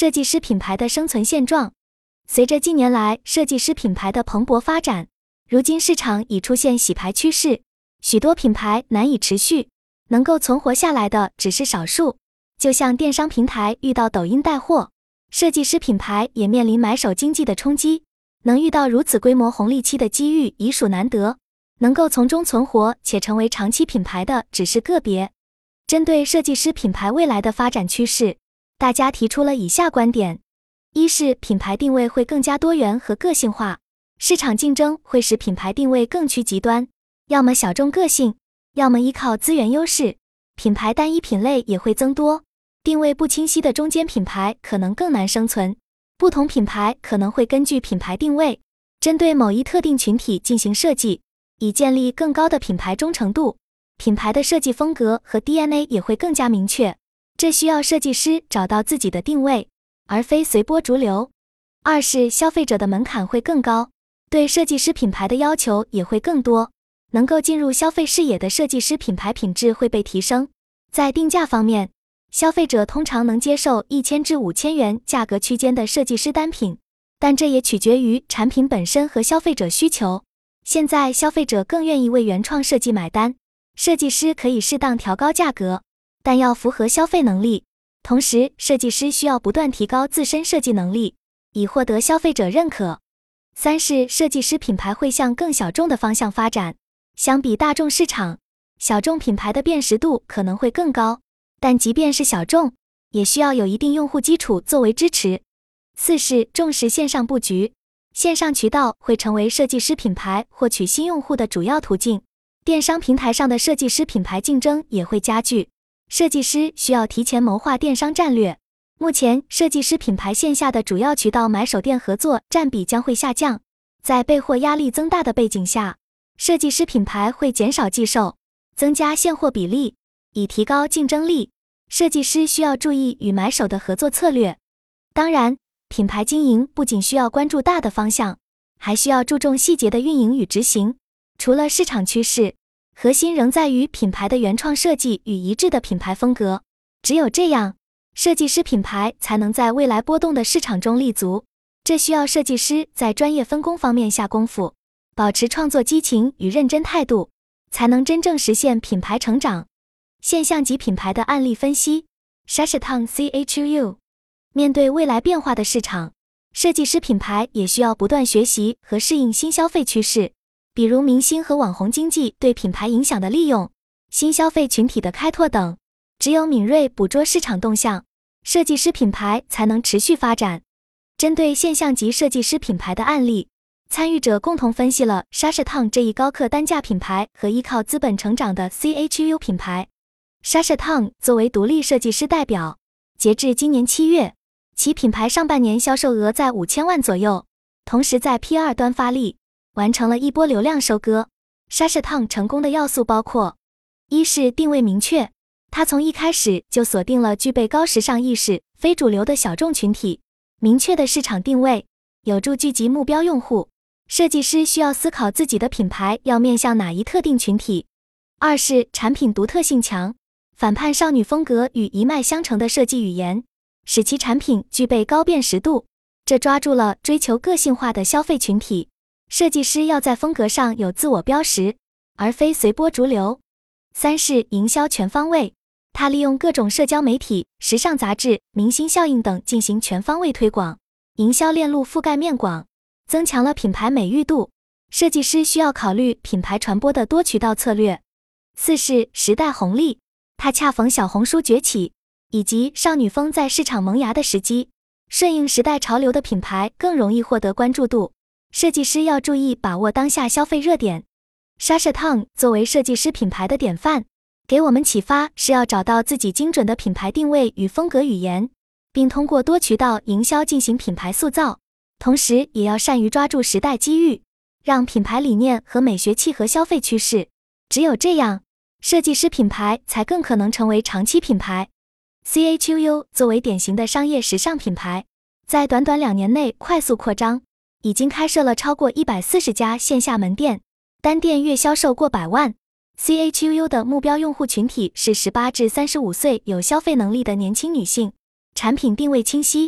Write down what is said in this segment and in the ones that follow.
设计师品牌的生存现状。随着近年来设计师品牌的蓬勃发展，如今市场已出现洗牌趋势，许多品牌难以持续，能够存活下来的只是少数。就像电商平台遇到抖音带货，设计师品牌也面临买手经济的冲击，能遇到如此规模红利期的机遇已属难得，能够从中存活且成为长期品牌的只是个别。针对设计师品牌未来的发展趋势，大家提出了以下观点：一是品牌定位会更加多元和个性化，市场竞争会使品牌定位更趋极端，要么小众个性，要么依靠资源优势，品牌单一品类也会增多，定位不清晰的中间品牌可能更难生存。不同品牌可能会根据品牌定位，针对某一特定群体进行设计，以建立更高的品牌忠诚度。品牌的设计风格和 DNA 也会更加明确，这需要设计师找到自己的定位，而非随波逐流。二是消费者的门槛会更高，对设计师品牌的要求也会更多，能够进入消费视野的设计师品牌品质会被提升。在定价方面，消费者通常能接受1000至5000元价格区间的设计师单品，但这也取决于产品本身和消费者需求。现在消费者更愿意为原创设计买单，设计师可以适当调高价格，但要符合消费能力。同时，设计师需要不断提高自身设计能力，以获得消费者认可。三是设计师品牌会向更小众的方向发展，相比大众市场，小众品牌的辨识度可能会更高，但即便是小众，也需要有一定用户基础作为支持。四是重视线上布局，线上渠道会成为设计师品牌获取新用户的主要途径，电商平台上的设计师品牌竞争也会加剧，设计师需要提前谋划电商战略。目前，设计师品牌线下的主要渠道买手店合作占比将会下降，在备货压力增大的背景下，设计师品牌会减少寄售，增加现货比例，以提高竞争力。设计师需要注意与买手的合作策略。当然，品牌经营不仅需要关注大的方向，还需要注重细节的运营与执行。除了市场趋势，核心仍在于品牌的原创设计与一致的品牌风格。只有这样，设计师品牌才能在未来波动的市场中立足。这需要设计师在专业分工方面下功夫，保持创作激情与认真态度，才能真正实现品牌成长。现象级品牌的案例分析 Sasaton CHU。 面对未来变化的市场，设计师品牌也需要不断学习和适应新消费趋势，比如明星和网红经济对品牌影响的利用，新消费群体的开拓等。只有敏锐捕捉市场动向，设计师品牌才能持续发展。针对现象级设计师品牌的案例，参与者共同分析了 Sasaton 这一高客单价品牌和依靠资本成长的 CHU 品牌。Sasaton 作为独立设计师代表，截至今年7月，其品牌上半年销售额在5000万左右，同时在 P2 端发力，完成了一波流量收割。Sasaton 成功的要素包括：一是定位明确，他从一开始就锁定了具备高时尚意识、非主流的小众群体，明确的市场定位有助聚集目标用户。设计师需要思考自己的品牌要面向哪一特定群体。二是产品独特性强，反叛少女风格与一脉相承的设计语言，使其产品具备高辨识度，这抓住了追求个性化的消费群体。设计师要在风格上有自我标识，而非随波逐流。三是营销全方位，他利用各种社交媒体、时尚杂志、明星效应等进行全方位推广，营销链路覆盖面广，增强了品牌美誉度。设计师需要考虑品牌传播的多渠道策略。四是时代红利，它恰逢小红书崛起以及少女风在市场萌芽的时机，顺应时代潮流的品牌更容易获得关注度。设计师要注意把握当下消费热点。Sasaton 作为设计师品牌的典范，给我们启发是要找到自己精准的品牌定位与风格语言，并通过多渠道营销进行品牌塑造，同时也要善于抓住时代机遇，让品牌理念和美学契合消费趋势。只有这样，设计师品牌才更可能成为长期品牌。CHU 作为典型的商业时尚品牌，在短短2年内快速扩张，已经开设了超过140家线下门店，单店月销售过100万。CHU 的目标用户群体是18至35岁有消费能力的年轻女性，产品定位清晰，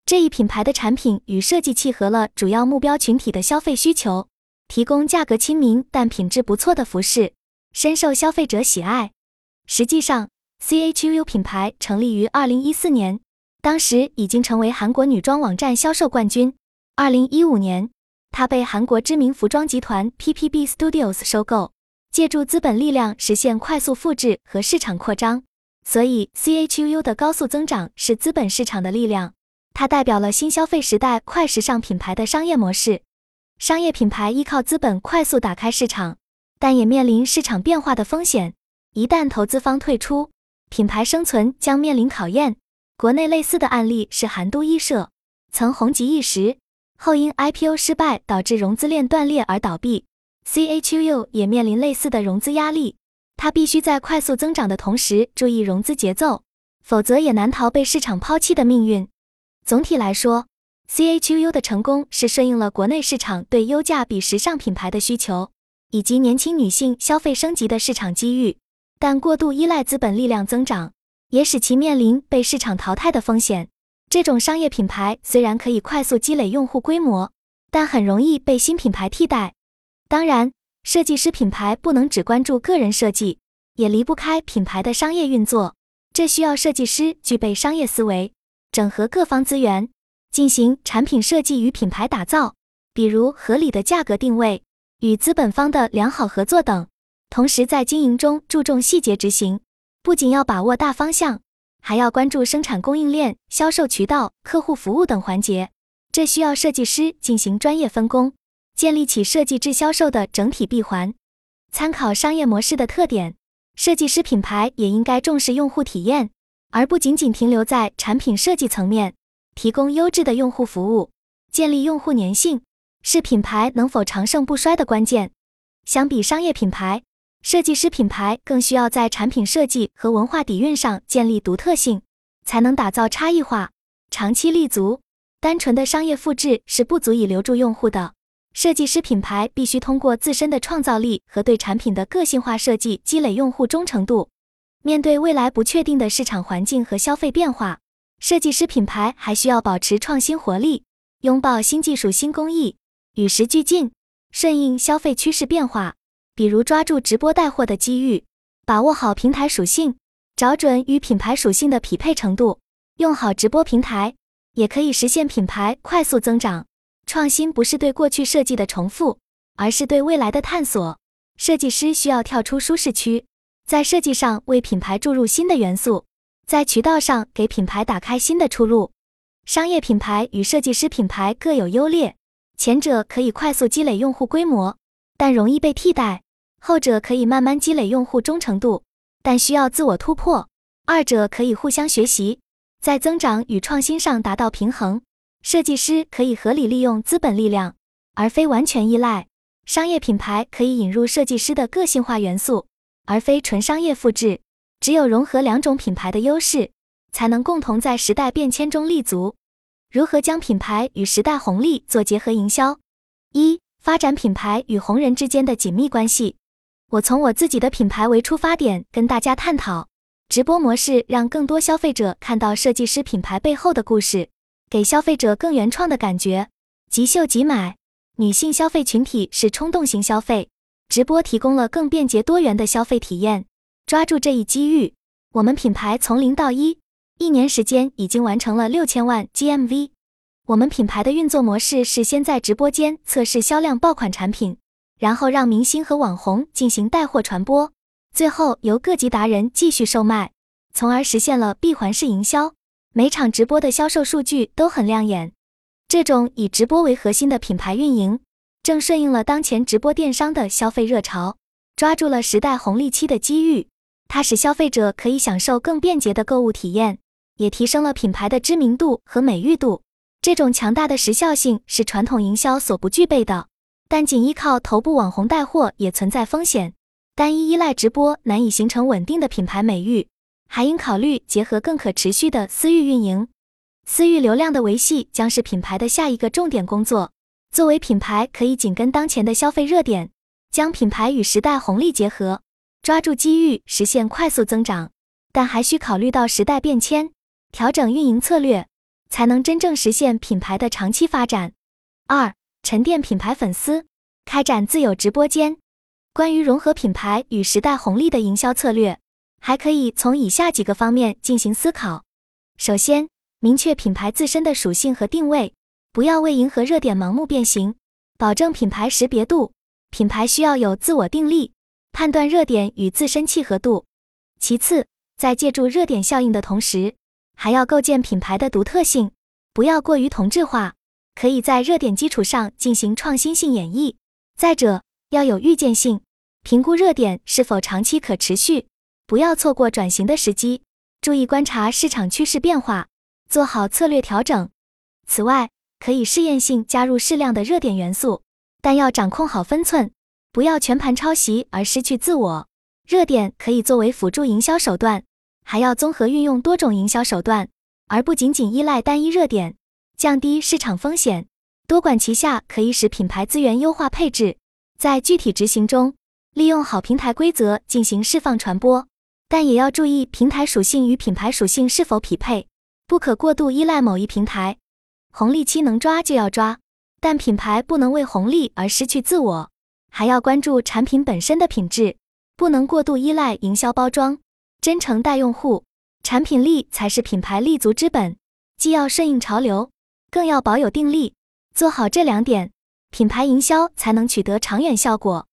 这一品牌的产品与设计契合了主要目标群体的消费需求，提供价格亲民但品质不错的服饰，深受消费者喜爱。实际上 ，CHUU 品牌成立于2014年，当时已经成为韩国女装网站销售冠军。2015年，它被韩国知名服装集团 PPB Studios 收购，借助资本力量实现快速复制和市场扩张。所以 CHUU 的高速增长是资本市场的力量，它代表了新消费时代快时尚品牌的商业模式。商业品牌依靠资本快速打开市场，但也面临市场变化的风险。一旦投资方退出，品牌生存将面临考验。国内类似的案例是韩都衣舍，曾红极一时，后因 IPO 失败导致融资链断裂而倒闭。CHUU 也面临类似的融资压力，它必须在快速增长的同时注意融资节奏，否则也难逃被市场抛弃的命运。总体来说， CHUU 的成功是顺应了国内市场对优价比时尚品牌的需求，以及年轻女性消费升级的市场机遇，但过度依赖资本力量增长，也使其面临被市场淘汰的风险。这种商业品牌虽然可以快速积累用户规模，但很容易被新品牌替代。当然，设计师品牌不能只关注个人设计，也离不开品牌的商业运作。这需要设计师具备商业思维，整合各方资源，进行产品设计与品牌打造，比如合理的价格定位、与资本方的良好合作等。同时在经营中注重细节执行，不仅要把握大方向，还要关注生产供应链、销售渠道、客户服务等环节。这需要设计师进行专业分工，建立起设计至销售的整体闭环。参考商业模式的特点，设计师品牌也应该重视用户体验，而不仅仅停留在产品设计层面，提供优质的用户服务，建立用户粘性，是品牌能否长盛不衰的关键。相比商业品牌，设计师品牌更需要在产品设计和文化底蕴上建立独特性，才能打造差异化，长期立足。单纯的商业复制是不足以留住用户的，设计师品牌必须通过自身的创造力和对产品的个性化设计积累用户忠诚度。面对未来不确定的市场环境和消费变化，设计师品牌还需要保持创新活力，拥抱新技术新工艺，与时俱进，顺应消费趋势变化。比如抓住直播带货的机遇，把握好平台属性，找准与品牌属性的匹配程度，用好直播平台，也可以实现品牌快速增长。创新不是对过去设计的重复，而是对未来的探索。设计师需要跳出舒适区，在设计上为品牌注入新的元素，在渠道上给品牌打开新的出路。商业品牌与设计师品牌各有优劣，前者可以快速积累用户规模，但容易被替代；后者可以慢慢积累用户忠诚度，但需要自我突破。二者可以互相学习，在增长与创新上达到平衡。设计师可以合理利用资本力量，而非完全依赖；商业品牌可以引入设计师的个性化元素，而非纯商业复制。只有融合两种品牌的优势，才能共同在时代变迁中立足。如何将品牌与时代红利做结合营销？一、发展品牌与红人之间的紧密关系。我从我自己的品牌为出发点，跟大家探讨直播模式，让更多消费者看到设计师品牌背后的故事，给消费者更原创的感觉。即秀即买，女性消费群体是冲动型消费，直播提供了更便捷多元的消费体验。抓住这一机遇，我们品牌从0到1，1年时间已经完成了6000万 GMV。我们品牌的运作模式是先在直播间测试销量爆款产品，然后让明星和网红进行带货传播，最后由各级达人继续售卖，从而实现了闭环式营销。每场直播的销售数据都很亮眼。这种以直播为核心的品牌运营，正顺应了当前直播电商的消费热潮，抓住了时代红利期的机遇。它使消费者可以享受更便捷的购物体验，也提升了品牌的知名度和美誉度。这种强大的时效性是传统营销所不具备的，但仅依靠头部网红带货也存在风险。单一依赖直播难以形成稳定的品牌美誉，还应考虑结合更可持续的私域运营。私域流量的维系将是品牌的下一个重点工作。作为品牌，可以紧跟当前的消费热点，将品牌与时代红利结合，抓住机遇实现快速增长。但还需考虑到时代变迁，调整运营策略。 才能真正实现品牌的长期发展。2、沉淀品牌粉丝，开展自有直播间。关于融合品牌与时代红利的营销策略，还可以从以下几个方面进行思考。首先，明确品牌自身的属性和定位，不要为迎合热点盲目变形，保证品牌识别度。品牌需要有自我定力，判断热点与自身契合度。其次，在借助热点效应的同时，还要构建品牌的独特性，不要过于同质化，可以在热点基础上进行创新性演绎。再者，要有预见性，评估热点是否长期可持续，不要错过转型的时机，注意观察市场趋势变化，做好策略调整。此外，可以试验性加入适量的热点元素，但要掌控好分寸，不要全盘抄袭而失去自我。热点可以作为辅助营销手段，还要综合运用多种营销手段，而不仅仅依赖单一热点，降低市场风险。多管齐下可以使品牌资源优化配置，在具体执行中，利用好平台规则进行释放传播，但也要注意平台属性与品牌属性是否匹配，不可过度依赖某一平台。红利期能抓就要抓，但品牌不能为红利而失去自我，还要关注产品本身的品质，不能过度依赖营销包装，真诚待用户，产品力才是品牌立足之本，既要顺应潮流，更要保有定力。做好这2点，品牌营销才能取得长远效果。